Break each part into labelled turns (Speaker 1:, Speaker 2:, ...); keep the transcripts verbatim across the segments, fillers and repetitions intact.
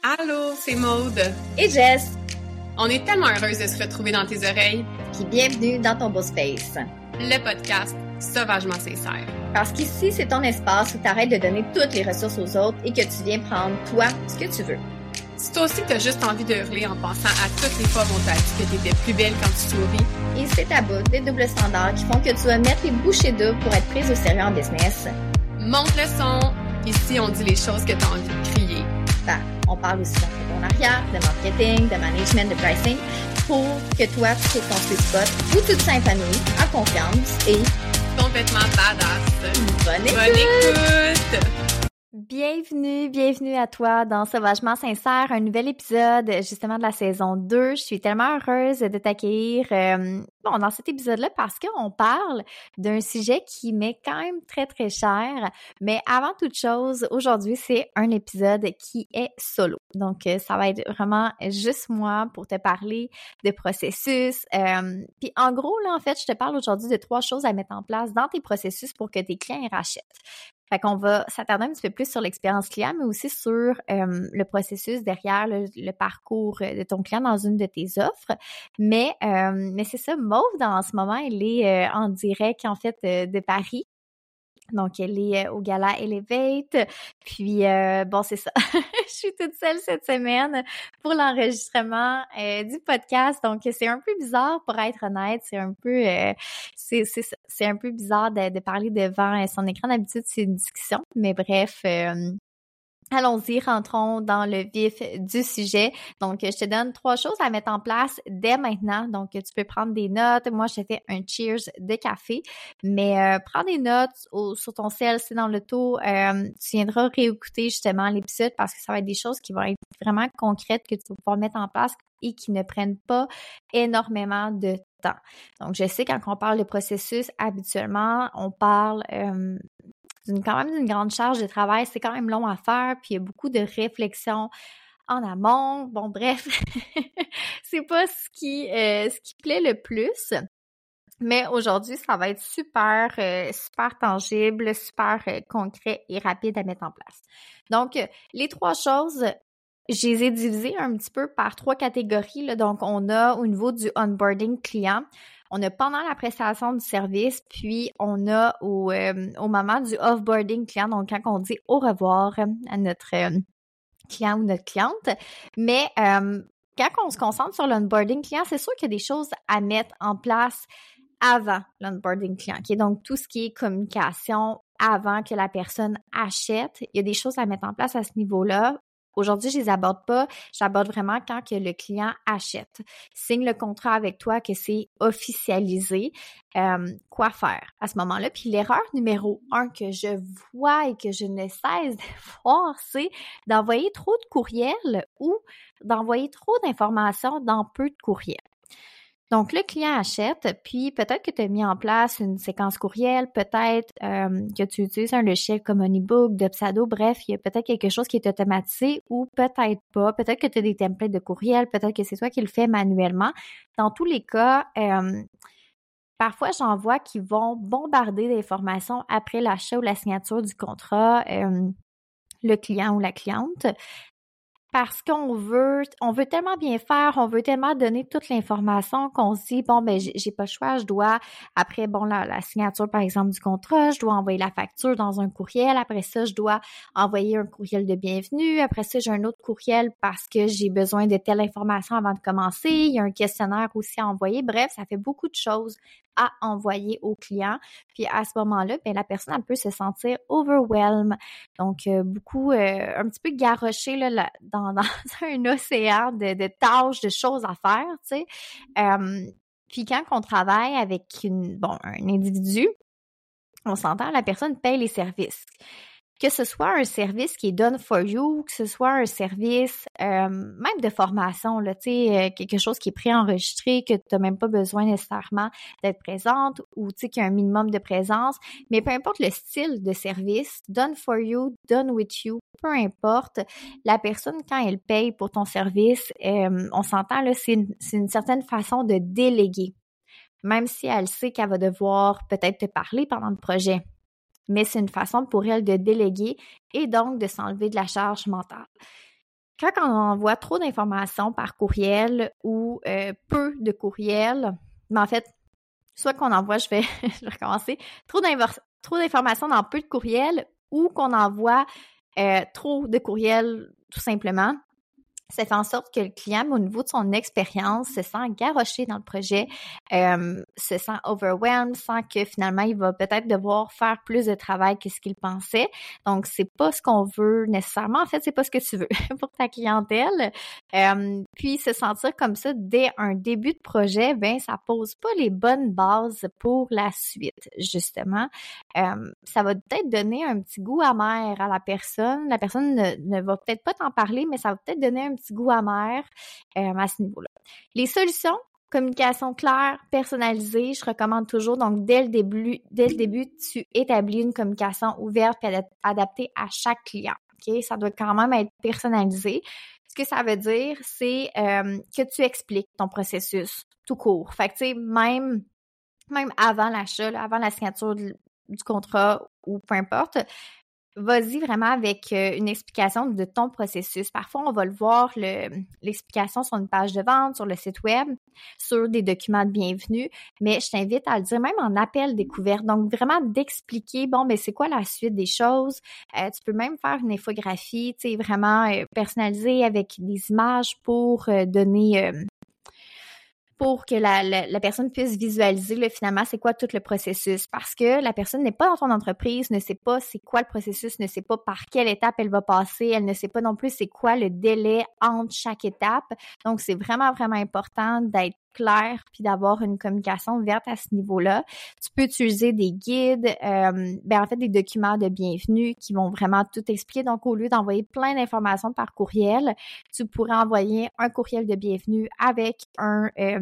Speaker 1: Allô, c'est Maude.
Speaker 2: Et Jess.
Speaker 1: On est tellement heureuse de se retrouver dans tes oreilles.
Speaker 2: Puis bienvenue dans ton beau space.
Speaker 1: Le podcast Sauvagement sincère.
Speaker 2: Parce qu'ici, c'est ton espace où tu arrêtes de donner toutes les ressources aux autres et que tu viens prendre, toi, ce que tu veux.
Speaker 1: Si toi aussi t'as juste envie de hurler en pensant à toutes les fois où on t'a dit que t'étais plus belle quand tu souris.
Speaker 2: Et c'est à bout des doubles standards qui font que tu vas mettre tes bouchées doubles pour être prise au sérieux en business.
Speaker 1: Monte le son. Ici, on dit les choses que t'as envie de crier.
Speaker 2: Ben, on parle aussi d'entrepreneuriat, de marketing, de management, de pricing, pour que toi, tu trouves ton sweet spot où tu te sens épanoui, en confiance et
Speaker 1: complètement badass.
Speaker 2: Bonne écoute!
Speaker 1: Bonne écoute!
Speaker 2: Bienvenue, bienvenue à toi dans Sauvagement sincère, un nouvel épisode justement de la saison deux. Je suis tellement heureuse de t'accueillir euh, bon, dans cet épisode-là parce qu'on parle d'un sujet qui m'est quand même très, très cher. Mais avant toute chose, aujourd'hui, c'est un épisode qui est solo. Donc, ça va être vraiment juste moi pour te parler de processus. Euh, puis en gros, là, en fait, je te parle aujourd'hui de trois choses à mettre en place dans tes processus pour que tes clients y rachètent. Fait qu'on va s'attarder un petit peu plus sur l'expérience client, mais aussi sur euh, le processus derrière le, le parcours de ton client dans une de tes offres. Mais, euh, mais c'est ça, Maude, en ce moment, elle est euh, en direct, en fait, euh, de Paris. Donc, elle est au Gala Elevate. Puis, euh, bon, c'est ça. Je suis toute seule cette semaine pour l'enregistrement euh, du podcast. Donc, c'est un peu bizarre, pour être honnête. C'est un peu euh, c'est, c'est, c'est un peu bizarre de, de parler devant son écran. D'habitude, c'est une discussion. Mais bref... Euh, allons-y, rentrons dans le vif du sujet. Donc, je te donne trois choses à mettre en place dès maintenant. Donc, tu peux prendre des notes. Moi, je te fais un cheers de café, mais euh, prends des notes au, sur ton cell, c'est dans l'auto. Euh, tu viendras réécouter justement l'épisode parce que ça va être des choses qui vont être vraiment concrètes que tu vas pouvoir mettre en place et qui ne prennent pas énormément de temps. Donc, je sais quand on parle de processus, habituellement, on parle... Euh, d'une, quand même d'une grande charge de travail, c'est quand même long à faire, puis il y a beaucoup de réflexion en amont. Bon, bref, c'est pas ce qui, euh, ce qui plaît le plus. Mais aujourd'hui, ça va être super, euh, super tangible, super euh, concret et rapide à mettre en place. Donc, euh, les trois choses, je les ai divisées un petit peu par trois catégories, là. Donc, on a au niveau du onboarding client, on a pendant la prestation du service, puis on a au, euh, au moment du offboarding client, donc quand on dit au revoir à notre euh, client ou notre cliente. Mais euh, quand on se concentre sur l'onboarding client, c'est sûr qu'il y a des choses à mettre en place avant l'onboarding client, okay? Donc tout ce qui est communication avant que la personne achète, il y a des choses à mettre en place à ce niveau-là. Aujourd'hui, je les aborde pas. J'aborde vraiment quand que le client achète, signe le contrat avec toi, que c'est officialisé. Euh, quoi faire à ce moment-là? Puis l'erreur numéro un que je vois et que je ne cesse de voir, c'est d'envoyer trop de courriels ou d'envoyer trop d'informations dans peu de courriels. Donc, le client achète, puis peut-être que tu as mis en place une séquence courriel, peut-être euh, que tu utilises un logiciel comme Honeybook, Dopsado, bref, il y a peut-être quelque chose qui est automatisé ou peut-être pas. Peut-être que tu as des templates de courriel, peut-être que c'est toi qui le fais manuellement. Dans tous les cas, euh, parfois, j'en vois qui vont bombarder d'informations après l'achat ou la signature du contrat, euh, le client ou la cliente. Parce qu'on veut, on veut tellement bien faire, on veut tellement donner toute l'information qu'on se dit, bon, ben, j'ai, j'ai pas le choix, je dois, après, bon, la, la signature, par exemple, du contrat, je dois envoyer la facture dans un courriel. Après ça, je dois envoyer un courriel de bienvenue. Après ça, j'ai un autre courriel parce que j'ai besoin de telle information avant de commencer. Il y a un questionnaire aussi à envoyer. Bref, ça fait beaucoup de choses à envoyer au client. Puis à ce moment-là, ben, la personne, elle peut se sentir overwhelmed. Donc, euh, beaucoup, euh, un petit peu garroché là, là, dans, dans un océan de, de tâches, de choses à faire, tu sais. Euh, puis quand on travaille avec une, bon, un individu, on s'entend, la personne paye les services. Que ce soit un service qui est done for you, que ce soit un service euh, même de formation, là, tu sais, euh, quelque chose qui est préenregistré, que tu n'as même pas besoin nécessairement d'être présente ou tu sais qu'il y a un minimum de présence, mais peu importe le style de service, done for you, done with you, peu importe, la personne, quand elle paye pour ton service, euh, on s'entend, là, c'est une, c'est une certaine façon de déléguer, même si elle sait qu'elle va devoir peut-être te parler pendant le projet. Mais c'est une façon pour elle de déléguer et donc de s'enlever de la charge mentale. quand on envoie trop d'informations par courriel ou euh, peu de courriel, mais en fait, soit qu'on envoie, je vais, je vais recommencer, trop, trop d'informations dans peu de courriel ou qu'on envoie euh, trop de courriel tout simplement, ça fait en sorte que le client, au niveau de son expérience, se sent garroché dans le projet, euh, se sent overwhelmed, sent que finalement, il va peut-être devoir faire plus de travail que ce qu'il pensait. Donc, c'est pas ce qu'on veut nécessairement. En fait, c'est pas ce que tu veux pour ta clientèle. Euh, puis, se sentir comme ça dès un début de projet, ben, ça pose pas les bonnes bases pour la suite, justement. Euh, ça va peut-être donner un petit goût amer à la personne. La personne ne, ne va peut-être pas t'en parler, mais ça va peut-être donner un petit goût amer euh, à ce niveau-là. Les solutions, communication claire, personnalisée, je recommande toujours. Donc, dès le début, dès le début, tu établis une communication ouverte et ad- adaptée à chaque client. Ok, ça doit quand même être personnalisé. Ce que ça veut dire, c'est euh, que tu expliques ton processus tout court. Fait que, tu sais, même, même avant l'achat, là, avant la signature du, du contrat ou peu importe, vas-y vraiment avec euh, une explication de ton processus. Parfois, on va le voir, le, l'explication sur une page de vente, sur le site web, sur des documents de bienvenue, mais je t'invite à le dire même en appel découverte. Donc, vraiment d'expliquer, bon, ben c'est quoi la suite des choses. Euh, tu peux même faire une infographie, tu sais, vraiment euh, personnalisée avec des images pour euh, donner... Euh, pour que la, la, la personne puisse visualiser là, finalement c'est quoi tout le processus, parce que la personne n'est pas dans ton entreprise, ne sait pas c'est quoi le processus, ne sait pas par quelle étape elle va passer, elle ne sait pas non plus c'est quoi le délai entre chaque étape. Donc c'est vraiment vraiment important d'être clair puis d'avoir une communication ouverte à ce niveau-là. Tu peux utiliser des guides, euh, ben en fait des documents de bienvenue qui vont vraiment tout expliquer. Donc au lieu d'envoyer plein d'informations par courriel, tu pourrais envoyer un courriel de bienvenue avec un euh,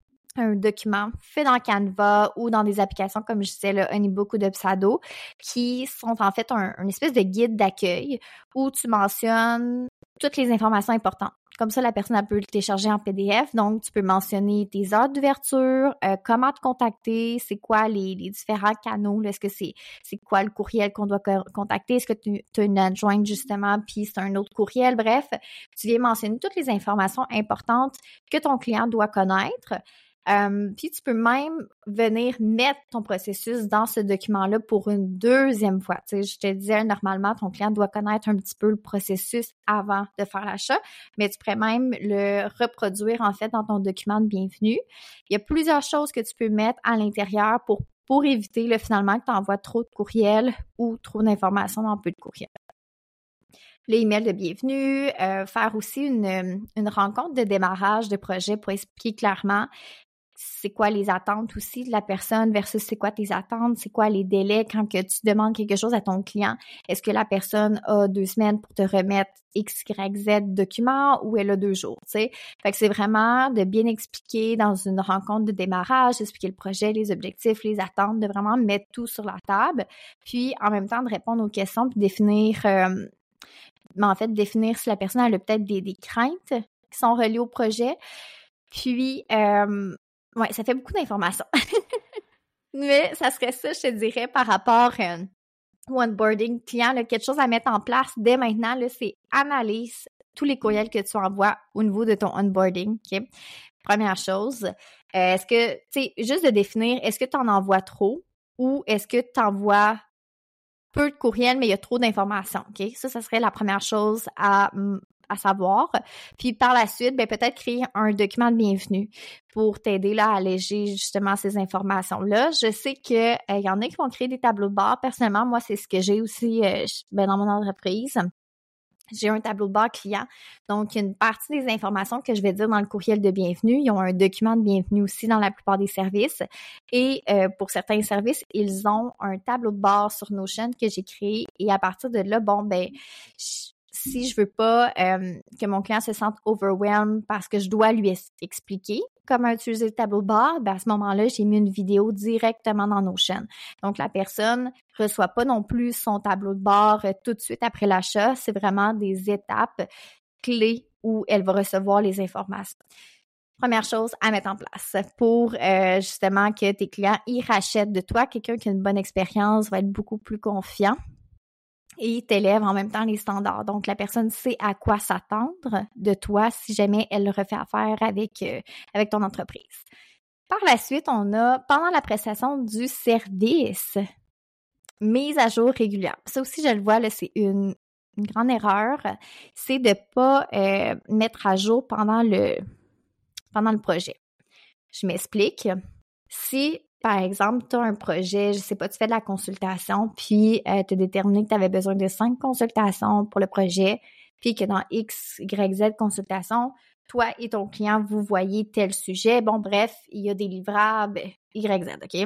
Speaker 2: un document fait dans Canva ou dans des applications comme je disais, le Honeybook ou Dubsado, qui sont en fait un, une espèce de guide d'accueil où tu mentionnes toutes les informations importantes. Comme ça, la personne elle peut le télécharger en P D F. Donc, tu peux mentionner tes heures d'ouverture, euh, comment te contacter, c'est quoi les, les différents canaux, là, est-ce que c'est c'est quoi le courriel qu'on doit co- contacter, est-ce que tu as une adjointe justement, puis c'est un autre courriel. Bref, tu viens mentionner toutes les informations importantes que ton client doit connaître. Euh, puis tu peux même venir mettre ton processus dans ce document-là pour une deuxième fois. Tu sais, je te disais, normalement, ton client doit connaître un petit peu le processus avant de faire l'achat, mais tu pourrais même le reproduire en fait dans ton document de bienvenue. Il y a plusieurs choses que tu peux mettre à l'intérieur pour, pour éviter là, finalement que tu envoies trop de courriels ou trop d'informations dans peu de courriels. L'email de bienvenue, euh, faire aussi une, une rencontre de démarrage de projet pour expliquer clairement c'est quoi les attentes aussi de la personne versus c'est quoi tes attentes, c'est quoi les délais quand que tu demandes quelque chose à ton client. Est-ce que la personne a deux semaines pour te remettre X, Y, Z documents ou elle a deux jours, tu sais? Fait que c'est vraiment de bien expliquer dans une rencontre de démarrage, expliquer le projet, les objectifs, les attentes, de vraiment mettre tout sur la table, puis en même temps de répondre aux questions puis définir, euh, mais en fait, définir si la personne a peut-être des, des craintes qui sont reliées au projet. Puis, euh, ouais, ça fait beaucoup d'informations. Mais ça serait ça, je te dirais, par rapport euh, au onboarding client, là, quelque chose à mettre en place dès maintenant, là, c'est analyse tous les courriels que tu envoies au niveau de ton onboarding. Okay? Première chose, euh, est-ce que, tu sais, juste de définir, est-ce que tu en envoies trop ou est-ce que tu envoies peu de courriels, mais il y a trop d'informations. OK? Ça, ça serait la première chose à à savoir. Puis par la suite, ben peut-être créer un document de bienvenue pour t'aider là à alléger justement ces informations-là. Je sais que euh, y en a qui vont créer des tableaux de bord. Personnellement, moi, c'est ce que j'ai aussi euh, ben, dans mon entreprise. J'ai un tableau de bord client. Donc, une partie des informations que je vais dire dans le courriel de bienvenue, ils ont un document de bienvenue aussi dans la plupart des services. Et euh, pour certains services, ils ont un tableau de bord sur Notion que j'ai créé. Et à partir de là, bon, ben, je, si je veux pas euh, que mon client se sente overwhelmed parce que je dois lui expliquer comment utiliser le tableau de bord, ben à ce moment-là, j'ai mis une vidéo directement dans Notion. Donc, la personne reçoit pas non plus son tableau de bord euh, tout de suite après l'achat. C'est vraiment des étapes clés où elle va recevoir les informations. Première chose à mettre en place pour euh, justement que tes clients y rachètent de toi. Quelqu'un qui a une bonne expérience va être beaucoup plus confiant. et t'élève en même temps les standards. Donc, la personne sait à quoi s'attendre de toi si jamais elle refait affaire avec, euh, avec ton entreprise. Par la suite, on a, pendant la prestation du service, mise à jour régulière. Ça aussi, je le vois, là, c'est une, une grande erreur, c'est de ne pas euh, mettre à jour pendant le, pendant le projet. Je m'explique. Si, par exemple, tu as un projet, je sais pas, tu fais de la consultation, puis euh, tu as déterminé que tu avais besoin de cinq consultations pour le projet, puis que dans X, Y, Z consultations, toi et ton client, vous voyez tel sujet. Bon, bref, il y a des livrables Y, Z, OK?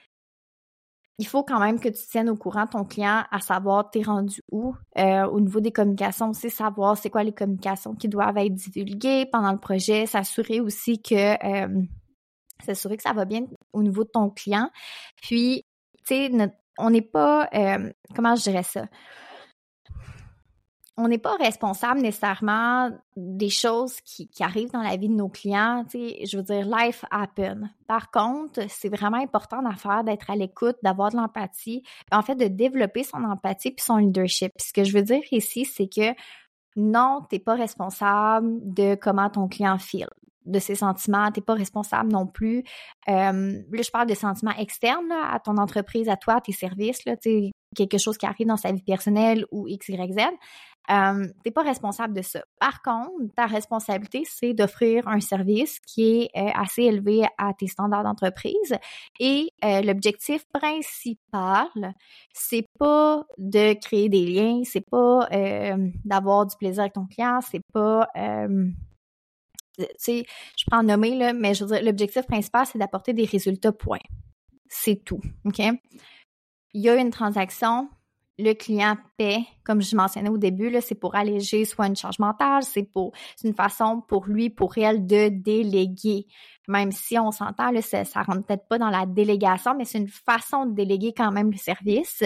Speaker 2: Il faut quand même que tu tiennes au courant ton client à savoir t'es rendu où. Euh, au niveau des communications aussi, savoir c'est quoi les communications qui doivent être divulguées pendant le projet, s'assurer aussi que... Euh, s'assurer que ça va bien au niveau de ton client. Puis, tu sais, on n'est pas, euh, comment je dirais ça? On n'est pas responsable nécessairement des choses qui, qui arrivent dans la vie de nos clients. Tu sais, je veux dire, life happen. Par contre, c'est vraiment important d'en faire, d'être à l'écoute, d'avoir de l'empathie, en fait, de développer son empathie puis son leadership. Puis ce que je veux dire ici, c'est que non, tu n'es pas responsable de comment ton client feel, de ses sentiments, tu n'es pas responsable non plus. Euh, là, je parle de sentiments externes là, à ton entreprise, à toi, à tes services, là, tu sais, quelque chose qui arrive dans sa vie personnelle ou X, Y, Z. Euh, tu n'es pas responsable de ça. Par contre, ta responsabilité, c'est d'offrir un service qui est euh, assez élevé à tes standards d'entreprise. Et euh, l'objectif principal, c'est pas de créer des liens, c'est pas euh, d'avoir du plaisir avec ton client, c'est pas... Euh, tu sais, je prends nommer, là, mais je veux dire, l'objectif principal, c'est d'apporter des résultats, point. C'est tout, OK? Il y a une transaction, le client paie, comme je mentionnais au début, là, c'est pour alléger soit une charge mentale, c'est pour c'est une façon pour lui, pour elle, de déléguer. Même si on s'entend, là, ça, ça rentre peut-être pas dans la délégation, mais c'est une façon de déléguer quand même le service.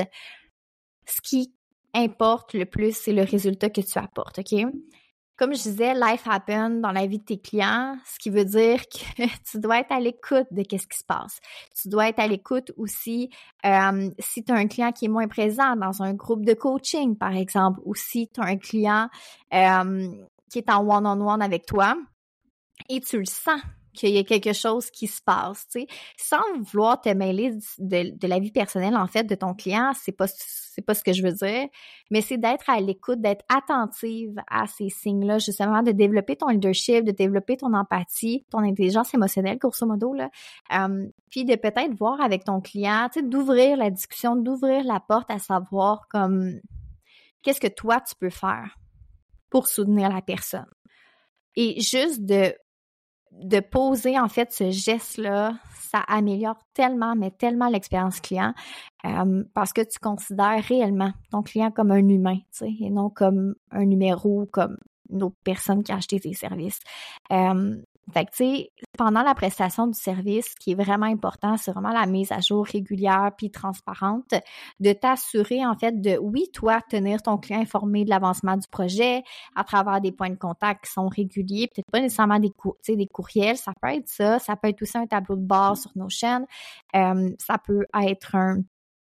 Speaker 2: Ce qui importe le plus, c'est le résultat que tu apportes, OK? Comme je disais, life happen dans la vie de tes clients, ce qui veut dire que tu dois être à l'écoute de qu'est-ce qui se passe. Tu dois être à l'écoute aussi euh, si tu as un client qui est moins présent dans un groupe de coaching, par exemple, ou si tu as un client euh, qui est en one-on-one avec toi et tu le sens qu'il y a quelque chose qui se passe, tu sais, sans vouloir te mêler de, de la vie personnelle, en fait, de ton client, c'est pas, c'est pas ce que je veux dire, mais c'est d'être à l'écoute, d'être attentive à ces signes-là, justement, de développer ton leadership, de développer ton empathie, ton intelligence émotionnelle, grosso modo, là, euh, puis de peut-être voir avec ton client, tu sais, d'ouvrir la discussion, d'ouvrir la porte à savoir comme, qu'est-ce que toi, tu peux faire pour soutenir la personne. Et juste de de poser, en fait, ce geste-là, ça améliore tellement, mais tellement l'expérience client euh, parce que tu considères réellement ton client comme un humain, tu sais, et non comme un numéro, comme une autre personne qui a acheté tes services. Euh, fait que, tu sais, pendant la prestation du service, ce qui est vraiment important, c'est vraiment la mise à jour régulière puis transparente, de t'assurer, en fait, de, oui, toi, tenir ton client informé de l'avancement du projet à travers des points de contact qui sont réguliers, peut-être pas nécessairement des, cou- des courriels, ça peut être ça, ça peut être aussi un tableau de bord sur nos chaînes, euh, ça peut être un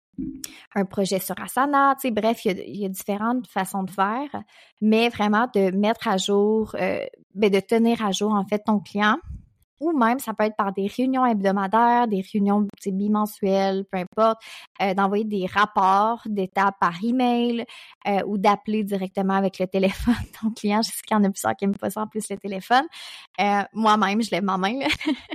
Speaker 2: un projet sur Asana, tu sais, bref, il y, a, il y a différentes façons de faire, mais vraiment de mettre à jour, euh, ben de tenir à jour, en fait, ton client, ou même, ça peut être par des réunions hebdomadaires, des réunions, tu sais, bimensuelles, peu importe, euh, d'envoyer des rapports d'étapes par email, euh, ou d'appeler directement avec le téléphone ton client. Je sais qu'il y en a plusieurs qui n'aiment pas ça, en plus, le téléphone. Euh, moi-même, je lève ma main, là.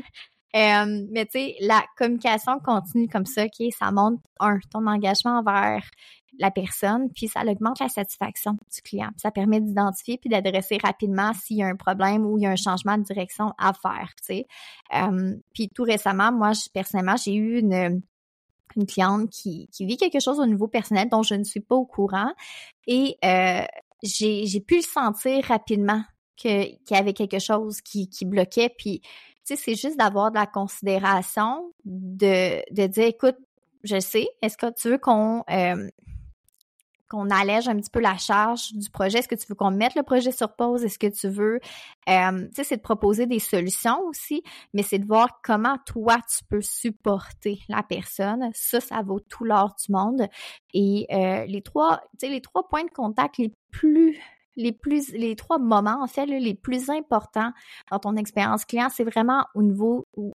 Speaker 2: Euh, mais tu sais, la communication continue comme ça, OK, ça montre, un, ton engagement envers la personne, puis ça augmente la satisfaction du client. Puis ça permet d'identifier puis d'adresser rapidement s'il y a un problème ou il y a un changement de direction à faire, tu sais. Euh, puis tout récemment, moi, je, personnellement, j'ai eu une, une cliente qui, qui vit quelque chose au niveau personnel dont je ne suis pas au courant et euh, j'ai, j'ai pu le sentir rapidement que, qu'il y avait quelque chose qui, qui bloquait, puis tu sais, c'est juste d'avoir de la considération, de, de dire, écoute, je sais, est-ce que tu veux qu'on euh, qu'on allège un petit peu la charge du projet. Est-ce que tu veux qu'on mette le projet sur pause? Est-ce que tu veux... Euh, tu sais, c'est de proposer des solutions aussi, mais c'est de voir comment toi, tu peux supporter la personne. Ça, ça vaut tout l'or du monde. Et euh, les trois, tu sais, les trois points de contact les plus... Les plus, les trois moments, en fait, là, les plus importants dans ton expérience client, c'est vraiment au niveau où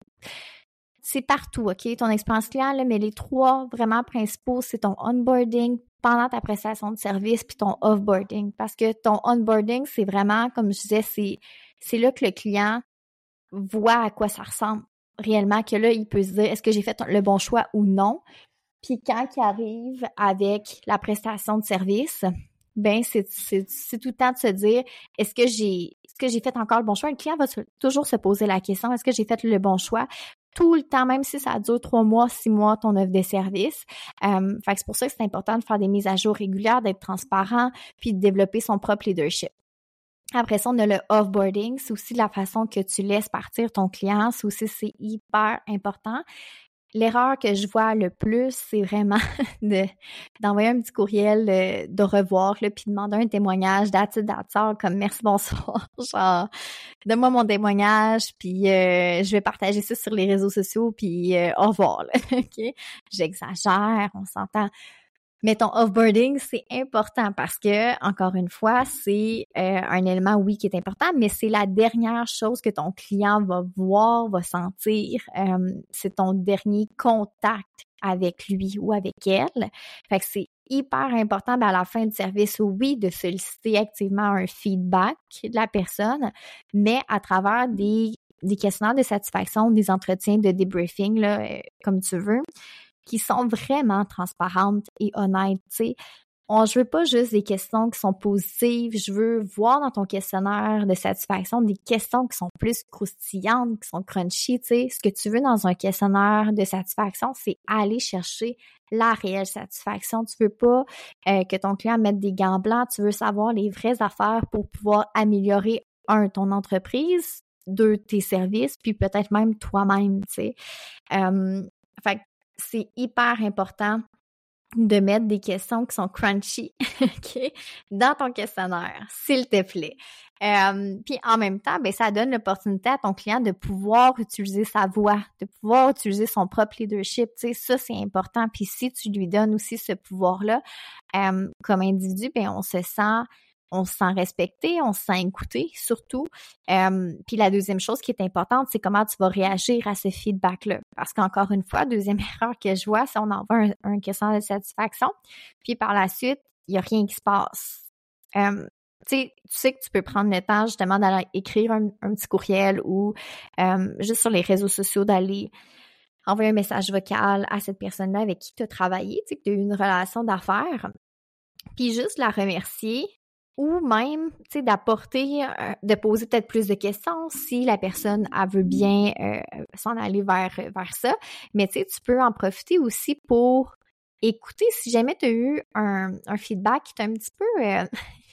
Speaker 2: c'est partout, OK, ton expérience client, là, mais les trois vraiment principaux, c'est ton onboarding pendant ta prestation de service puis ton offboarding. Parce que ton onboarding, c'est vraiment, comme je disais, c'est, c'est là que le client voit à quoi ça ressemble réellement, que là, il peut se dire, est-ce que j'ai fait le bon choix ou non? Puis quand il arrive avec la prestation de service, ben c'est, c'est, c'est tout le temps de se dire, est-ce que j'ai est-ce que j'ai fait encore le bon choix? Le client va se, toujours se poser la question, est-ce que j'ai fait le bon choix? Tout le temps, même si ça dure trois mois, six mois, ton offre de service. Euh, fait que c'est pour ça que c'est important de faire des mises à jour régulières, d'être transparent, puis de développer son propre leadership. Après ça, on a le offboarding. C'est aussi la façon que tu laisses partir ton client. C'est aussi, c'est hyper important. L'erreur que je vois le plus, c'est vraiment de d'envoyer un petit courriel de, de revoir, là, puis demander un témoignage d'attitude d'attitude comme merci, bonsoir, genre donne-moi mon témoignage, puis euh, je vais partager ça sur les réseaux sociaux, puis euh, au revoir, là, OK? J'exagère, on s'entend. Mais ton offboarding, c'est important parce que, encore une fois, c'est euh, un élément, oui, qui est important, mais c'est la dernière chose que ton client va voir, va sentir. Euh, c'est ton dernier contact avec lui ou avec elle. Fait que c'est hyper important, ben, à la fin du service, oui, de solliciter activement un feedback de la personne, mais à travers des, des questionnaires de satisfaction, des entretiens de debriefing, là, euh, comme tu veux, qui sont vraiment transparentes et honnêtes, tu sais. On, je veux pas juste des questions qui sont positives, je veux voir dans ton questionnaire de satisfaction des questions qui sont plus croustillantes, qui sont crunchy, tu sais. Ce que tu veux dans un questionnaire de satisfaction, c'est aller chercher la réelle satisfaction. Tu veux pas euh, que ton client mette des gants blancs, tu veux savoir les vraies affaires pour pouvoir améliorer, un, ton entreprise, deux, tes services, puis peut-être même toi-même, tu sais. Euh, fait que c'est hyper important de mettre des questions qui sont crunchy, OK, dans ton questionnaire, s'il te plaît. Euh, puis en même temps, ben ça donne l'opportunité à ton client de pouvoir utiliser sa voix, de pouvoir utiliser son propre leadership. Tu sais, ça, c'est important. Puis si tu lui donnes aussi ce pouvoir-là, euh, comme individu, ben on se sent... on se sent respecté, on se sent écouté, surtout. Euh, puis la deuxième chose qui est importante, c'est comment tu vas réagir à ce feedback-là. Parce qu'encore une fois, deuxième erreur que je vois, c'est on envoie un, un questionnaire de satisfaction, puis par la suite, il n'y a rien qui se passe. Euh, tu sais, tu sais que tu peux prendre le temps justement d'aller écrire un, un petit courriel ou euh, juste sur les réseaux sociaux d'aller envoyer un message vocal à cette personne-là avec qui tu as travaillé, tu sais, que tu as eu une relation d'affaires, puis juste la remercier. Ou même, tu sais, d'apporter, euh, de poser peut-être plus de questions si la personne, elle veut bien euh, s'en aller vers, vers ça. Mais tu sais, tu peux en profiter aussi pour écouter si jamais tu as eu un, un feedback qui t'a un petit peu euh,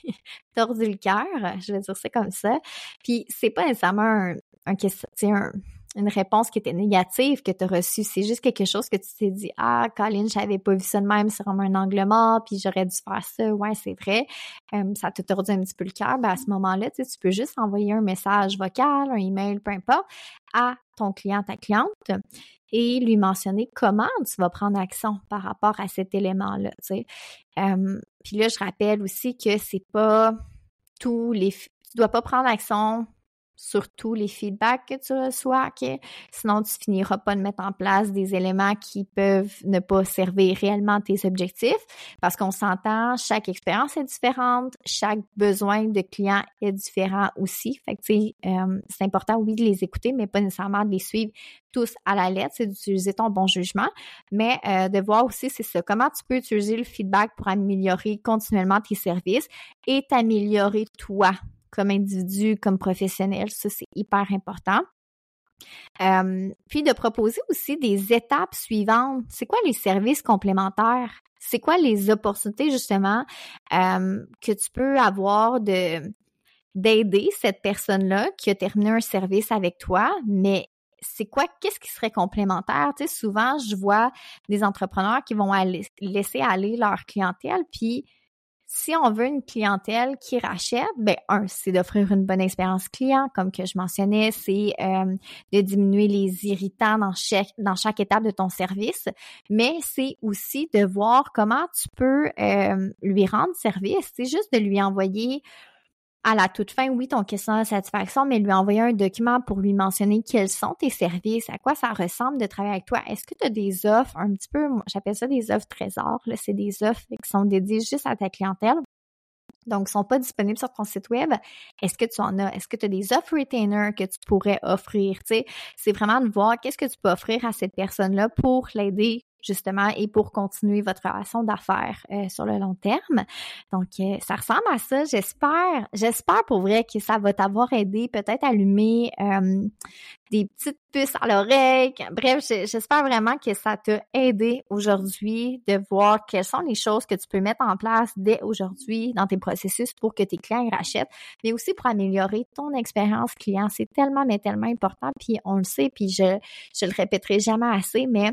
Speaker 2: tordu le cœur, je vais dire ça comme ça. Puis c'est pas nécessairement un, un, un une réponse qui était négative que tu as reçue. C'est juste quelque chose que tu t'es dit « Ah, Colin, j'avais pas vu ça de même, c'est vraiment un angle mort, puis j'aurais dû faire ça. » Ouais, c'est vrai. Euh, ça t'a tordu un petit peu le cœur. Ben, à ce moment-là, tu sais, tu peux juste envoyer un message vocal, un email, peu importe, à ton client, ta cliente, et lui mentionner comment tu vas prendre action par rapport à cet élément-là, tu sais. Euh, puis là, je rappelle aussi que c'est pas tous les... Tu dois pas prendre action sur tous les feedbacks que tu reçois, OK? Sinon, tu finiras pas de mettre en place des éléments qui peuvent ne pas servir réellement tes objectifs parce qu'on s'entend, chaque expérience est différente, chaque besoin de client est différent aussi. Fait que, tu sais, euh, c'est important, oui, de les écouter, mais pas nécessairement de les suivre tous à la lettre, c'est d'utiliser ton bon jugement, mais euh, de voir aussi, c'est ça, comment tu peux utiliser le feedback pour améliorer continuellement tes services et t'améliorer toi comme individu, comme professionnel. Ça, c'est hyper important. Euh, puis de proposer aussi des étapes suivantes. C'est quoi les services complémentaires? C'est quoi les opportunités, justement, euh, que tu peux avoir de d'aider cette personne-là qui a terminé un service avec toi, mais c'est quoi, qu'est-ce qui serait complémentaire? Tu sais, souvent, je vois des entrepreneurs qui vont aller, laisser aller leur clientèle, puis si on veut une clientèle qui rachète, ben un, c'est d'offrir une bonne expérience client, comme que je mentionnais, c'est euh, de diminuer les irritants dans chaque dans chaque étape de ton service, mais c'est aussi de voir comment tu peux euh, lui rendre service. C'est juste de lui envoyer à la toute fin, oui, ton questionnaire de satisfaction, mais lui envoyer un document pour lui mentionner quels sont tes services, à quoi ça ressemble de travailler avec toi. Est-ce que tu as des offres un petit peu, j'appelle ça des offres trésors, là, c'est des offres qui sont dédiées juste à ta clientèle, donc qui ne sont pas disponibles sur ton site web. Est-ce que tu en as? Est-ce que tu as des offres retainer que tu pourrais offrir? Tu sais, c'est vraiment de voir qu'est-ce que tu peux offrir à cette personne-là pour l'aider justement, et pour continuer votre relation d'affaires euh, sur le long terme. Donc, euh, ça ressemble à ça. J'espère, j'espère pour vrai que ça va t'avoir aidé, peut-être allumer euh, des petites puces à l'oreille. Bref, j'espère vraiment que ça t'a aidé aujourd'hui de voir quelles sont les choses que tu peux mettre en place dès aujourd'hui dans tes processus pour que tes clients y rachètent, mais aussi pour améliorer ton expérience client. C'est tellement, mais tellement important, puis on le sait, puis je, je le répéterai jamais assez, mais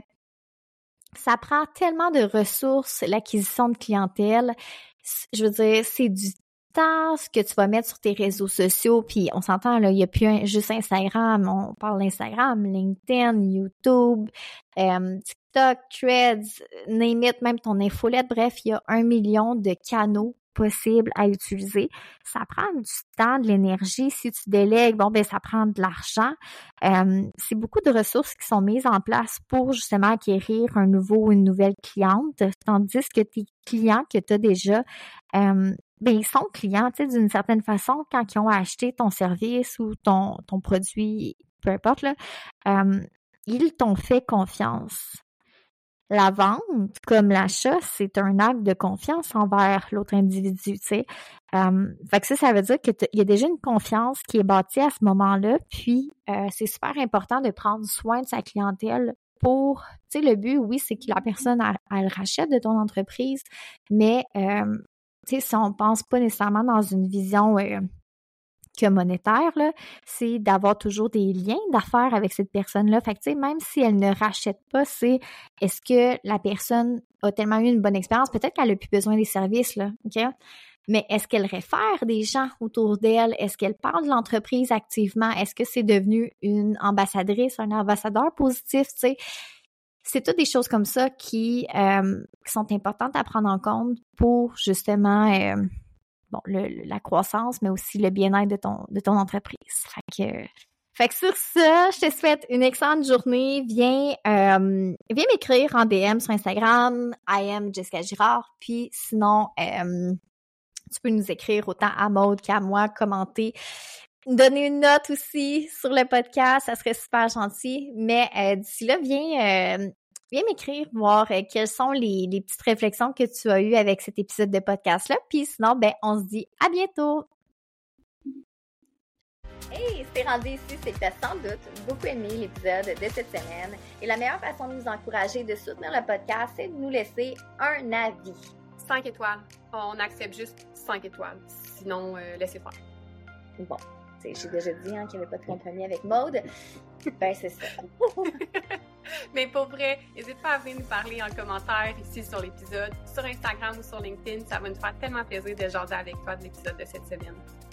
Speaker 2: ça prend tellement de ressources, l'acquisition de clientèle. Je veux dire, c'est du temps ce que tu vas mettre sur tes réseaux sociaux, puis on s'entend, là, il n'y a plus un, juste Instagram, on parle d'Instagram, LinkedIn, YouTube, euh, TikTok, Threads, name it, même ton infolette, bref, il y a un million de canaux possible à utiliser. Ça prend du temps, de l'énergie. Si tu délègues, bon, ben ça prend de l'argent. Euh, c'est beaucoup de ressources qui sont mises en place pour justement acquérir un nouveau ou une nouvelle cliente, tandis que tes clients que tu as déjà, euh, ben ils sont clients, tu sais, d'une certaine façon, quand ils ont acheté ton service ou ton, ton produit, peu importe, là, euh, ils t'ont fait confiance. La vente, comme l'achat, c'est un acte de confiance envers l'autre individu, tu sais. Euh, fait que ça, ça veut dire qu'il y a déjà une confiance qui est bâtie à ce moment-là, puis euh, c'est super important de prendre soin de sa clientèle pour, tu sais, le but, oui, c'est que la personne, elle, elle rachète de ton entreprise, mais, euh, tu sais, si on pense pas nécessairement dans une vision euh, que monétaire, là, c'est d'avoir toujours des liens d'affaires avec cette personne-là. Fait que, tu sais, même si elle ne rachète pas, c'est est-ce que la personne a tellement eu une bonne expérience, peut-être qu'elle n'a plus besoin des services, là, OK? Mais est-ce qu'elle réfère des gens autour d'elle? Est-ce qu'elle parle de l'entreprise activement? Est-ce que c'est devenu une ambassadrice, un ambassadeur positif, tu sais? C'est toutes des choses comme ça qui, euh, qui sont importantes à prendre en compte pour, justement, euh, bon, le, la croissance, mais aussi le bien-être de ton, de ton entreprise. Fait que, fait que sur ça, je te souhaite une excellente journée. Viens, euh, viens m'écrire en D M sur Instagram, I am Jessica Girard. Puis sinon, euh, tu peux nous écrire autant à Maude qu'à moi, commenter, donner une note aussi sur le podcast, ça serait super gentil. Mais euh, d'ici là, viens... Euh, Viens m'écrire, voir euh, quelles sont les, les petites réflexions que tu as eues avec cet épisode de podcast-là. Puis sinon, ben, on se dit à bientôt! Hey, si t'es rendu ici, c'est que t'as sans doute beaucoup aimé l'épisode de cette semaine. Et la meilleure façon de nous encourager de soutenir le podcast, c'est de nous laisser un avis.
Speaker 1: cinq étoiles. On accepte juste cinq étoiles. Sinon, euh, laissez faire.
Speaker 2: Bon, j'ai déjà dit hein, qu'il n'y avait pas de compromis avec Maude. Ben, c'est ça.
Speaker 1: Mais pour vrai, n'hésite pas à venir nous parler en commentaire ici sur l'épisode, sur Instagram ou sur LinkedIn. Ça va nous faire tellement plaisir de jaser avec toi de l'épisode de cette semaine.